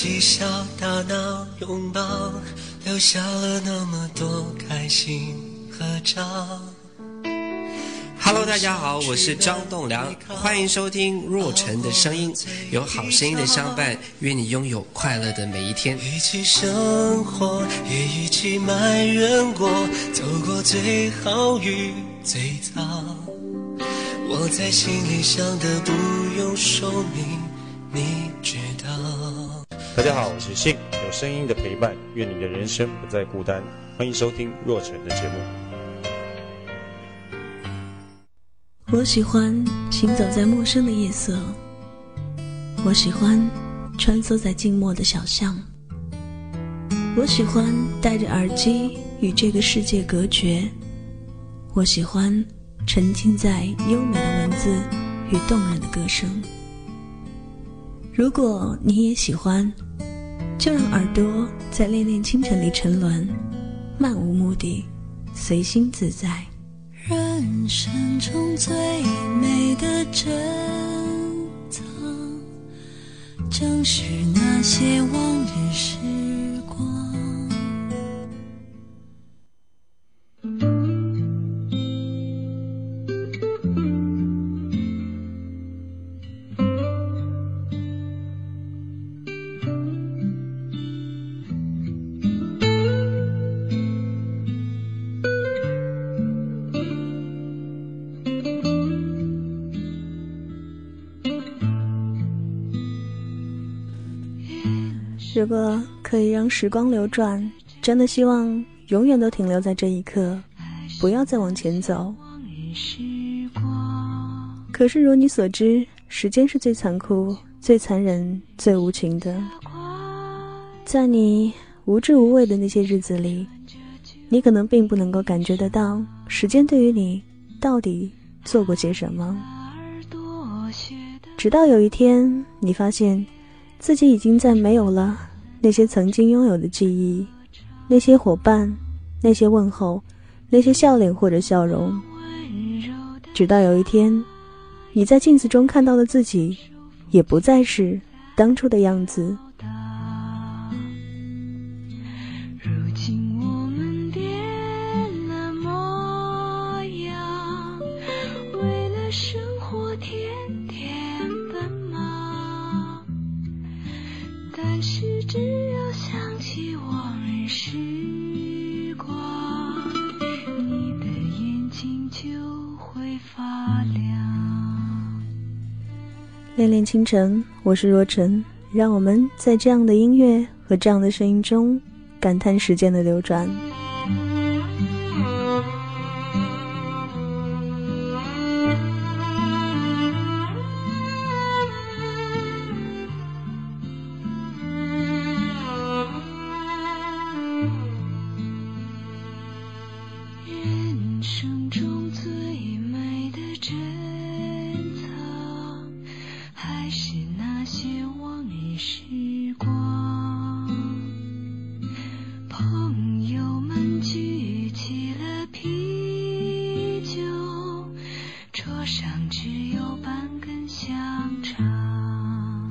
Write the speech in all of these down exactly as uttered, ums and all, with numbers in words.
嬉笑打闹拥抱，留下了那么多开心合照。 Hello， 大家好，我是张栋梁，欢迎收听若晨的声音，有好声音的相伴，愿你拥有快乐的每一天。 一起生活，也一起埋怨过，走过最好与最糟。我在心里想的不用说明，你知道。 大家好，我是信，有声音的陪伴，愿你的人生不再孤单。欢迎收听若晨的节目。 我喜欢行走在陌生的夜色，我喜欢穿梭在静默的小巷，我喜欢戴着耳机与这个世界隔绝，我喜欢沉浸在优美的文字与动人的歌声。如果你也喜欢，就让耳朵在恋恋清晨里沉沦，漫无目的，随心自在。 人生中最美的珍藏，正是那些往日时光。 如果可以让时光流转，真的希望永远都停留在这一刻，不要再往前走。可是如你所知，时间是最残酷、最残忍、最无情的。在你无知无畏的那些日子里，你可能并不能够感觉得到时间对于你到底做过些什么。直到有一天，你发现自己已经再没有了那些曾经拥有的记忆，那些伙伴，那些问候，那些笑脸或者笑容。直到有一天，你在镜子中看到的自己也不再是当初的样子。 如今我们变了模样，为了生活天天奔忙，但是只要想起往日时光，你的眼睛就会发亮。 恋恋清晨，我是若晨，让我们在这样的音乐和这样的声音中感叹时间的流转。 人生中最美的珍藏，还是那些往日时光。朋友们举起了啤酒，桌上只有半根香肠。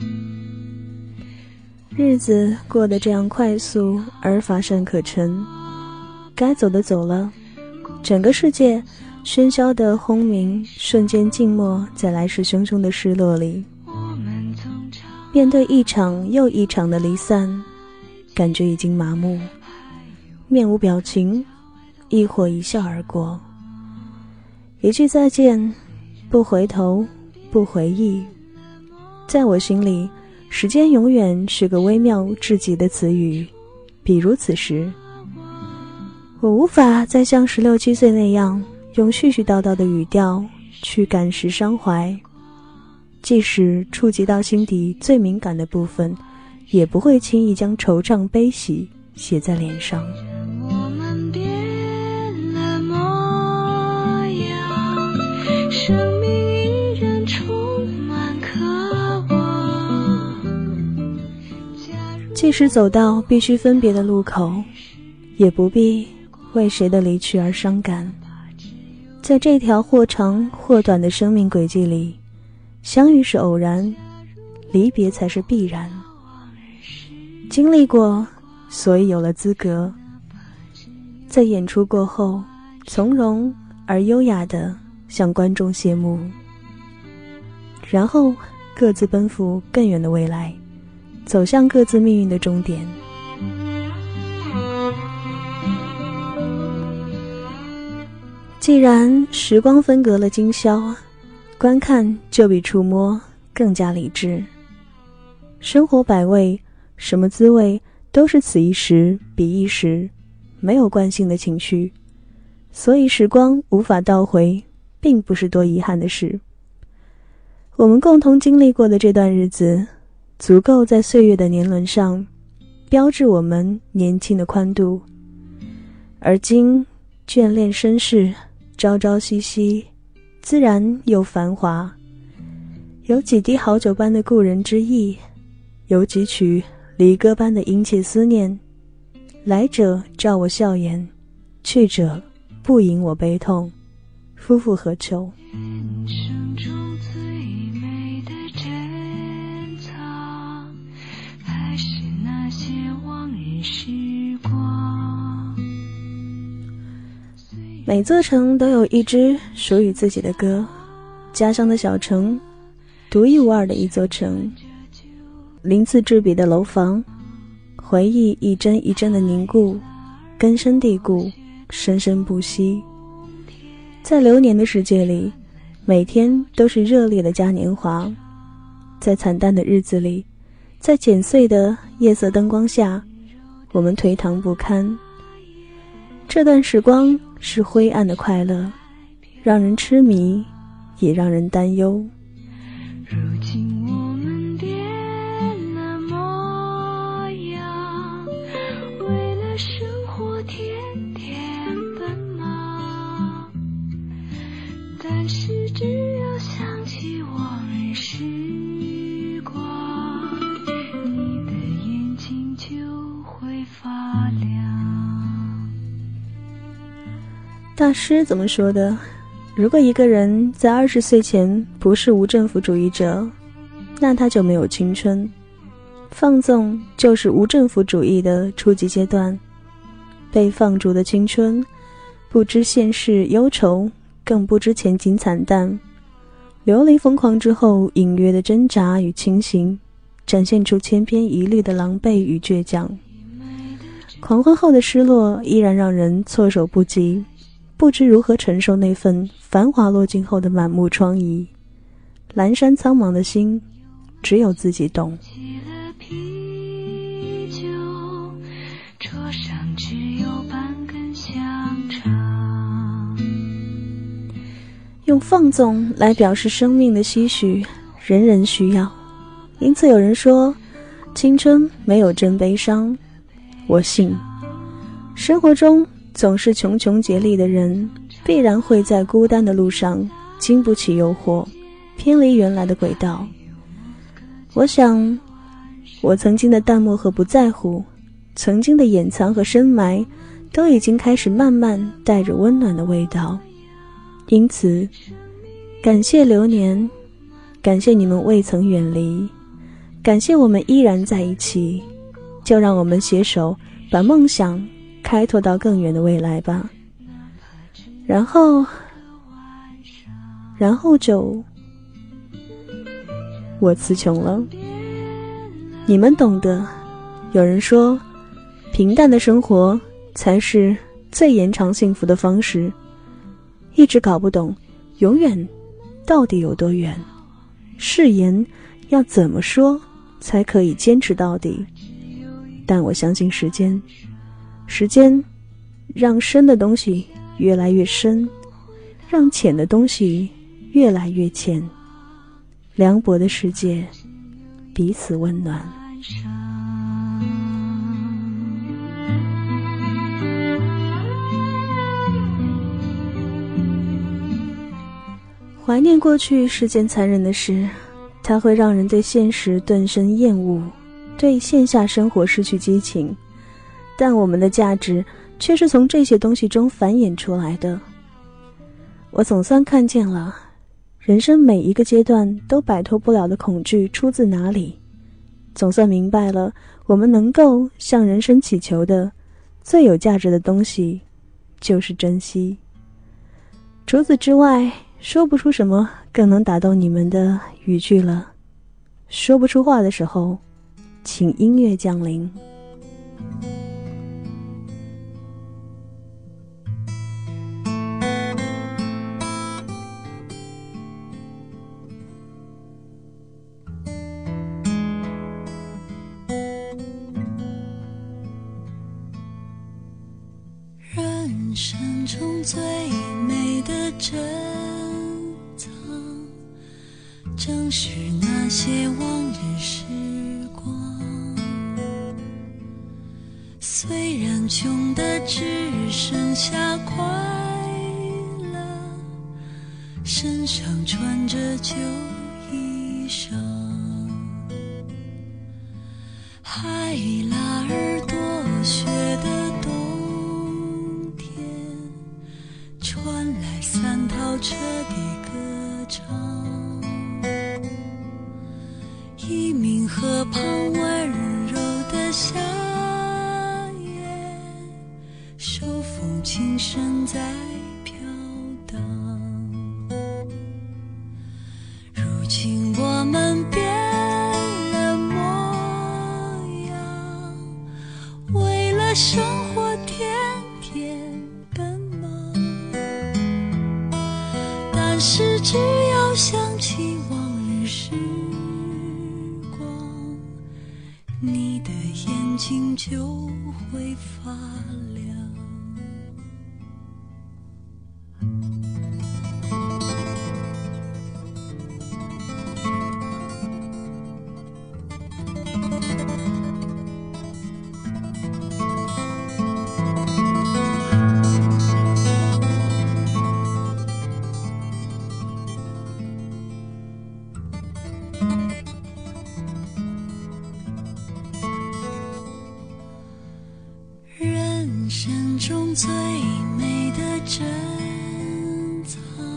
日子过得这样快速而乏善可陈，该走的走了，整个世界喧嚣的轰鸣瞬间静默在来势汹汹的失落里。面对一场又一场的离散，感觉已经麻木，面无表情，亦或一笑而过。一句再见，不回头，不回忆。在我心里，时间永远是个微妙至极的词语，比如此时，我无法再像十六七岁那样用絮絮叨叨的语调去感时伤怀，即使触及到心底最敏感的部分，也不会轻易将惆怅悲喜写在脸上。 我们变了模样，生命依然充满渴望。 即使走到必须分别的路口，也不必为谁的离去而伤感。在这条或长或短的生命轨迹里，相遇是偶然，离别才是必然。 经历过，所以有了资格，在演出过后，从容而优雅地向观众谢幕，然后各自奔赴更远的未来，走向各自命运的终点。既然时光分隔了今宵，观看就比触摸更加理智。生活百味，什么滋味都是此一时彼一时，没有惯性的情绪，所以时光无法倒回，并不是多遗憾的事。我们共同经历过的这段日子，足够在岁月的年轮上标志我们年轻的宽度。而今眷恋身世，朝朝夕夕，自然又繁华。有几滴好酒般的故人之意，有几曲离歌般的殷切思念。来者照我笑颜，去者不引我悲痛，夫复何求？ 人生中最美的珍藏，还是那些往日时光。 每座城都有一支属于自己的歌，家乡的小城，独一无二的一座城，鳞次栉比的楼房，回忆一帧一帧的凝固，根深蒂固，生生不息。在流年的世界里，每天都是热烈的嘉年华，在惨淡的日子里，在剪碎的夜色灯光下，我们颓唐不堪。这段时光是灰暗的快乐，让人痴迷，也让人担忧。 如今我们变了模样，为了生活天天奔忙，但是只要想起往日时光，你的眼睛就会发亮。 大师怎么说的？如果一个人在二十岁前不是无政府主义者，那他就没有青春。放纵就是无政府主义的初级阶段。被放逐的青春，不知现世忧愁，更不知前景惨淡。流离疯狂之后，隐约的挣扎与清醒，展现出千篇一律的狼狈与倔强。狂欢后的失落依然让人措手不及，不知如何承受那份繁华落尽后的满目疮痍。阑珊苍茫的心，只有自己懂。 起了啤酒，桌上只有半根香肠。 用放纵来表示生命的唏嘘，人人需要。因此有人说，青春没有真悲伤。我信，生活中总是穷穷竭力的人，必然会在孤单的路上经不起诱惑，偏离原来的轨道。我想，我曾经的淡漠和不在乎，曾经的掩藏和深埋，都已经开始慢慢带着温暖的味道。因此，感谢流年，感谢你们未曾远离，感谢我们依然在一起。就让我们携手把梦想开拓到更远的未来吧。然后然后就我词穷了，你们懂得。有人说，平淡的生活才是最延长幸福的方式。一直搞不懂永远到底有多远，誓言要怎么说才可以坚持到底。但我相信时间，时间让深的东西越来越深，让浅的东西越来越浅。凉薄的世界，彼此温暖。怀念过去是件残忍的事，它会让人对现实顿生厌恶，对线下生活失去激情，但我们的价值却是从这些东西中繁衍出来的。我总算看见了，人生每一个阶段都摆脱不了的恐惧出自哪里， 总算明白了，我们能够向人生祈求的最有价值的东西就是珍惜。除此之外，说不出什么更能打动你们的语句了。说不出话的时候，请音乐降临。 人生中最美的珍藏，正是那些往日时光。虽然穷的只剩下快乐，身上穿着旧衣裳，海拉尔多雪的冬天，传来三套车的歌唱，一名河旁温柔的夏夜，手风琴声在飘荡。如今我们变了模样，为了生活天天奔忙，但是只要想起往日时光，你的眼睛就会发亮。人生中最美的珍藏，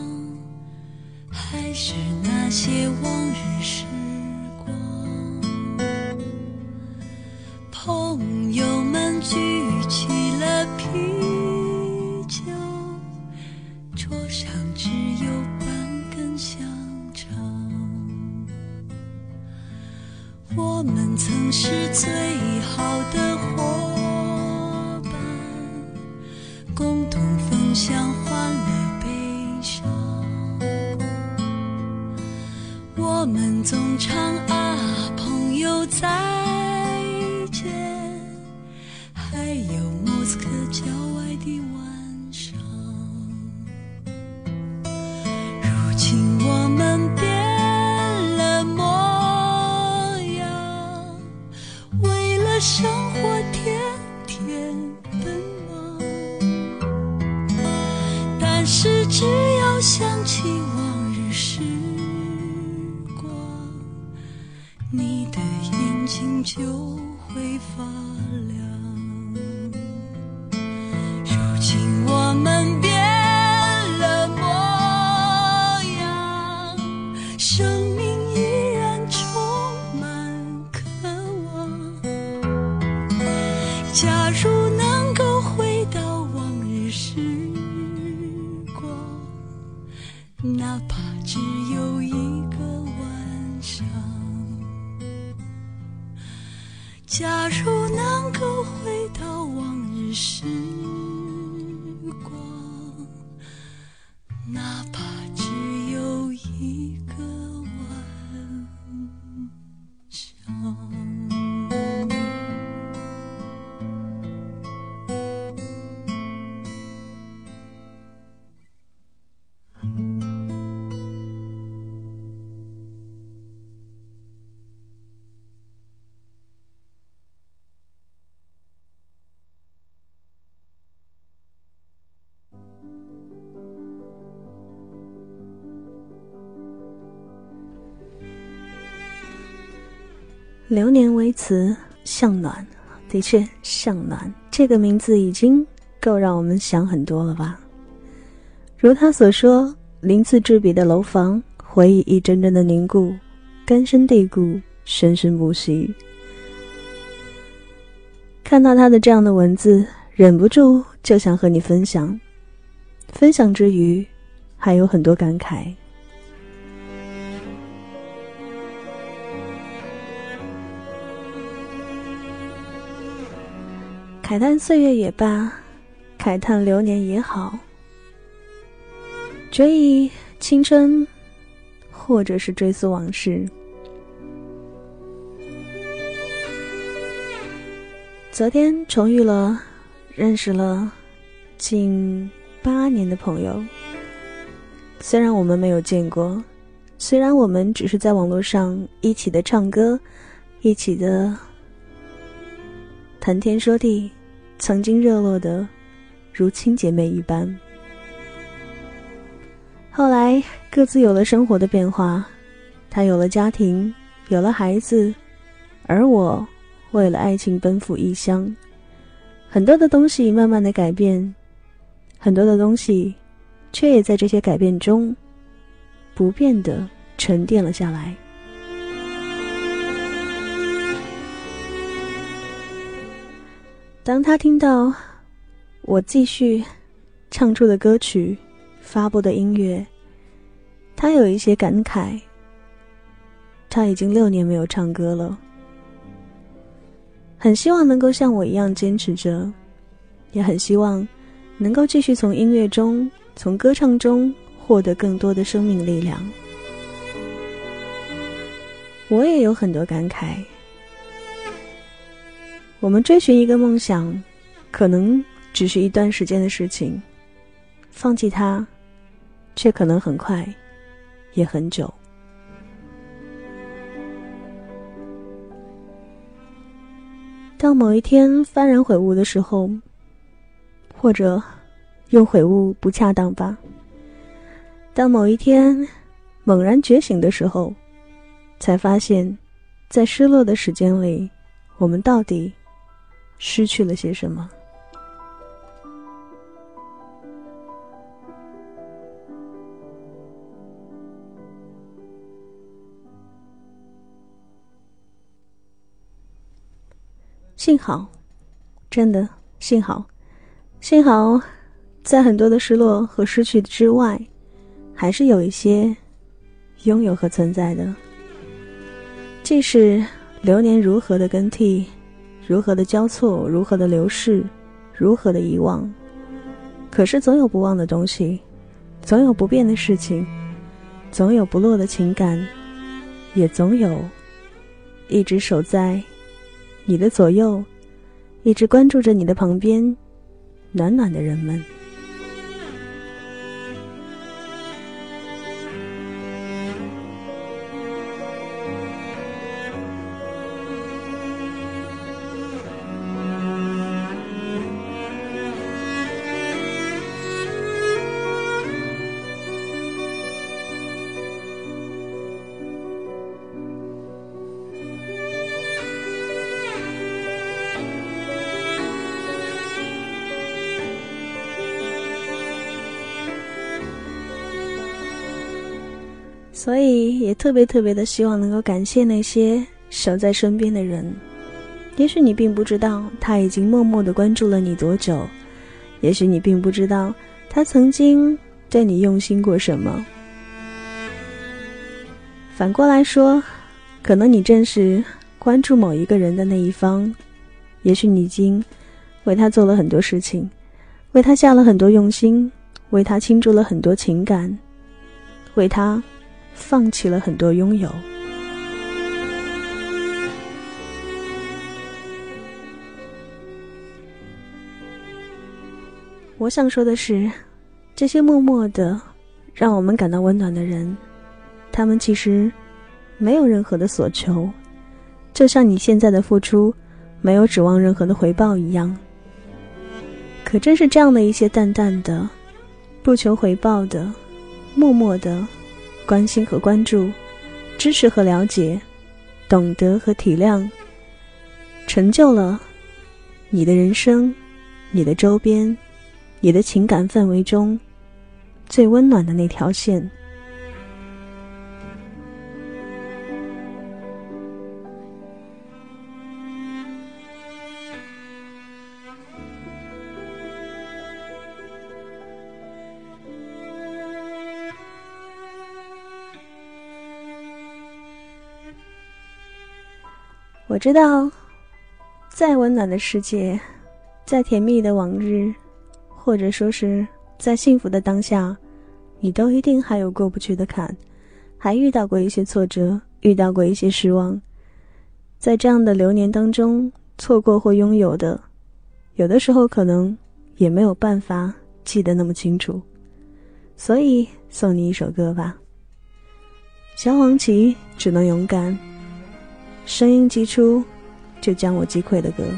还是那些往日时光。朋友们举起了啤酒，桌上只有半根香肠。我们曾是最好的伙伴，共同分享欢乐悲伤。我们总唱啊朋友再见，还有莫斯科郊外的晚上。如今我们变了模样，为了生活天天奔忙，但是只要想起往日时光，你的眼睛就会发亮。如今我们变了模样，生命依然充满渴望。假如能够回到往日时光，哪怕只有一个晚上。假如能够回到往日时光，哪怕只有一个晚上。 流年为词，向暖。的确，向暖这个名字已经够让我们想很多了吧。如他所说，鳞次栉比的楼房，回忆一阵阵的凝固，根深蒂固， 生生不息。看到他的这样的文字，忍不住就想和你分享。分享之余，还有很多感慨。慨叹岁月也罢，慨叹流年也好，追忆青春，或者是追溯往事。昨天重遇了认识了近八年的朋友，虽然我们没有见过，虽然我们只是在网络上一起的唱歌，一起的谈天说地，曾经热络的如亲姐妹一般。后来各自有了生活的变化，他有了家庭，有了孩子，而我为了爱情奔赴异乡。很多的东西慢慢的改变，很多的东西却也在这些改变中不变的沉淀了下来。当他听到我继续唱出的歌曲，发布的音乐，他有一些感慨。他已经六年没有唱歌了，很希望能够像我一样坚持着，也很希望能够继续从音乐中，从歌唱中获得更多的生命力量。我也有很多感慨。我们追寻一个梦想，可能只是一段时间的事情，放弃它，却可能很快，也很久。当某一天幡然悔悟的时候，或者用悔悟不恰当吧，当某一天猛然觉醒的时候，才发现在失落的时间里，我们到底失去了些什么。幸好，真的幸好，幸好在很多的失落和失去之外，还是有一些拥有和存在的。即使流年如何的更替，如何的交错，如何的流逝，如何的遗忘，可是总有不忘的东西，总有不变的事情，总有不落的情感，也总有一直守在你的左右，一直关注着你的旁边，暖暖的人们。所以也特别特别的希望能够感谢那些守在身边的人。也许你并不知道他已经默默地关注了你多久，也许你并不知道他曾经对你用心过什么。反过来说，可能你正是关注某一个人的那一方，也许你已经为他做了很多事情，为他下了很多用心，为他倾注了很多情感，为他放弃了很多拥有。我想说的是，这些默默的让我们感到温暖的人，他们其实没有任何的所求，就像你现在的付出没有指望任何的回报一样。可正是这样的一些淡淡的，不求回报的，默默的关心和关注，支持和了解，懂得和体谅，成就了你的人生，你的周边，你的情感氛围中最温暖的那条线。 我知道，再温暖的世界，再甜蜜的往日，或者说是在幸福的当下，你都一定还有过不去的坎，还遇到过一些挫折，遇到过一些失望。在这样的流年当中，错过或拥有的，有的时候可能也没有办法记得那么清楚。所以送你一首歌吧，萧煌奇，只能勇敢，声音击出就将我击溃的歌。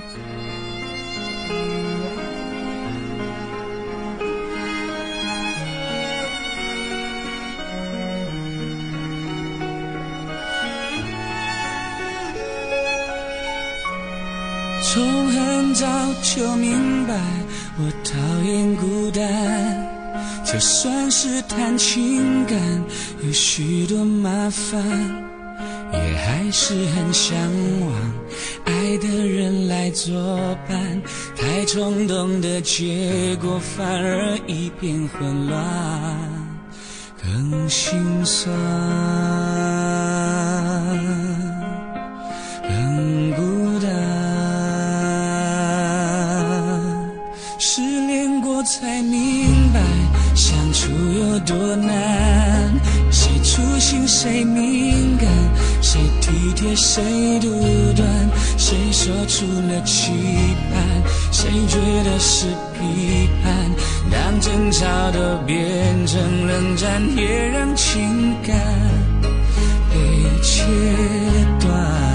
从很早就明白我讨厌孤单，就算是谈情感有许多麻烦，也还是很向往爱的人来作伴，太冲动的结果反而一片混乱，更心酸，更孤单。失恋过才明白相处有多难，谁粗心谁敏感，谁体贴谁独断，谁说出了期盼，谁觉得是批判，当争吵都变成冷战，也让情感被切断。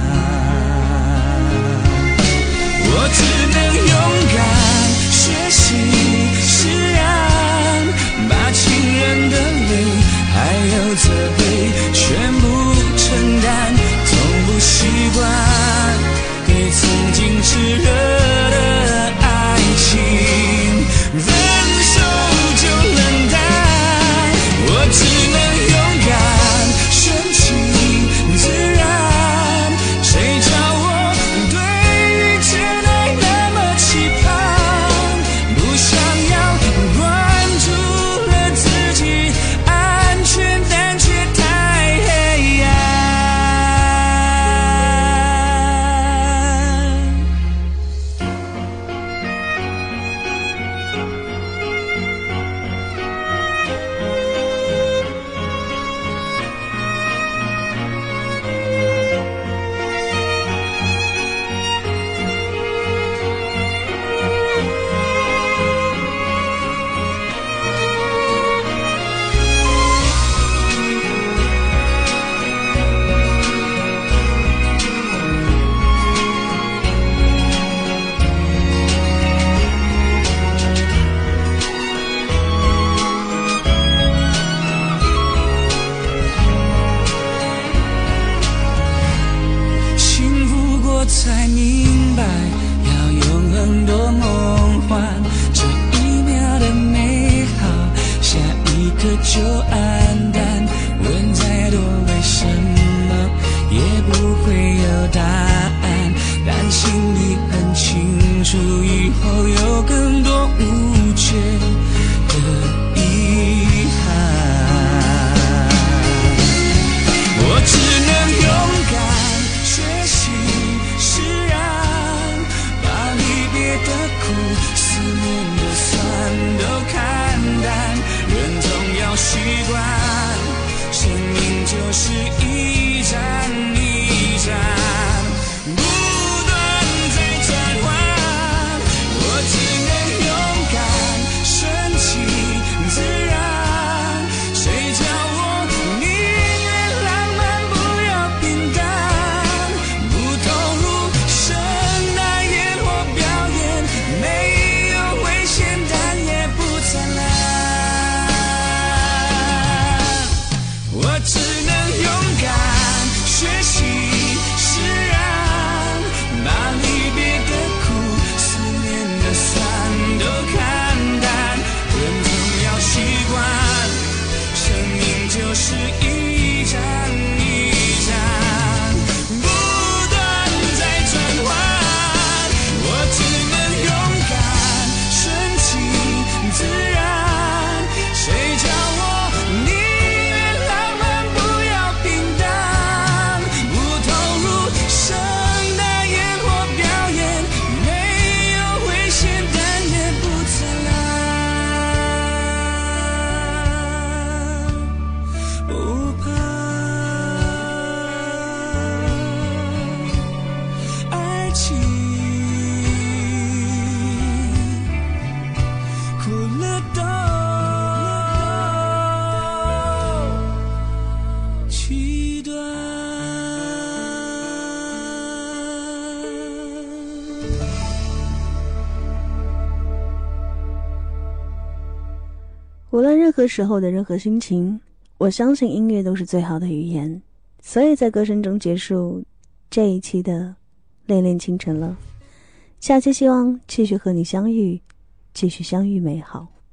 我只能勇敢学习释然，把情人的泪还有责备全部承担，从不习惯对曾经炽热的爱情分手就冷淡。我只能勇敢顺其自然，谁叫我对于真爱那么期盼，不想要关注了自己安全，但却太黑暗。幸福过才明白要永恒多梦幻，这一秒的美好下一刻就黯淡，问再多为什么也不会有答案，但心里很清楚以后有更多无解的遗憾。我只能勇敢学习释然，把离别的苦思念的酸都看淡，人总要习惯生命就是一站一站不断在转换。我只能勇敢顺其自然，谁叫我宁愿浪漫不要平淡，不投入盛大烟火表演，没有危险但也不灿烂。我只能勇敢无论任何时候的任何心情，我相信音乐都是最好的语言，所以在歌声中结束这一期的恋恋清晨了。下期希望继续和你相遇，继续相遇美好。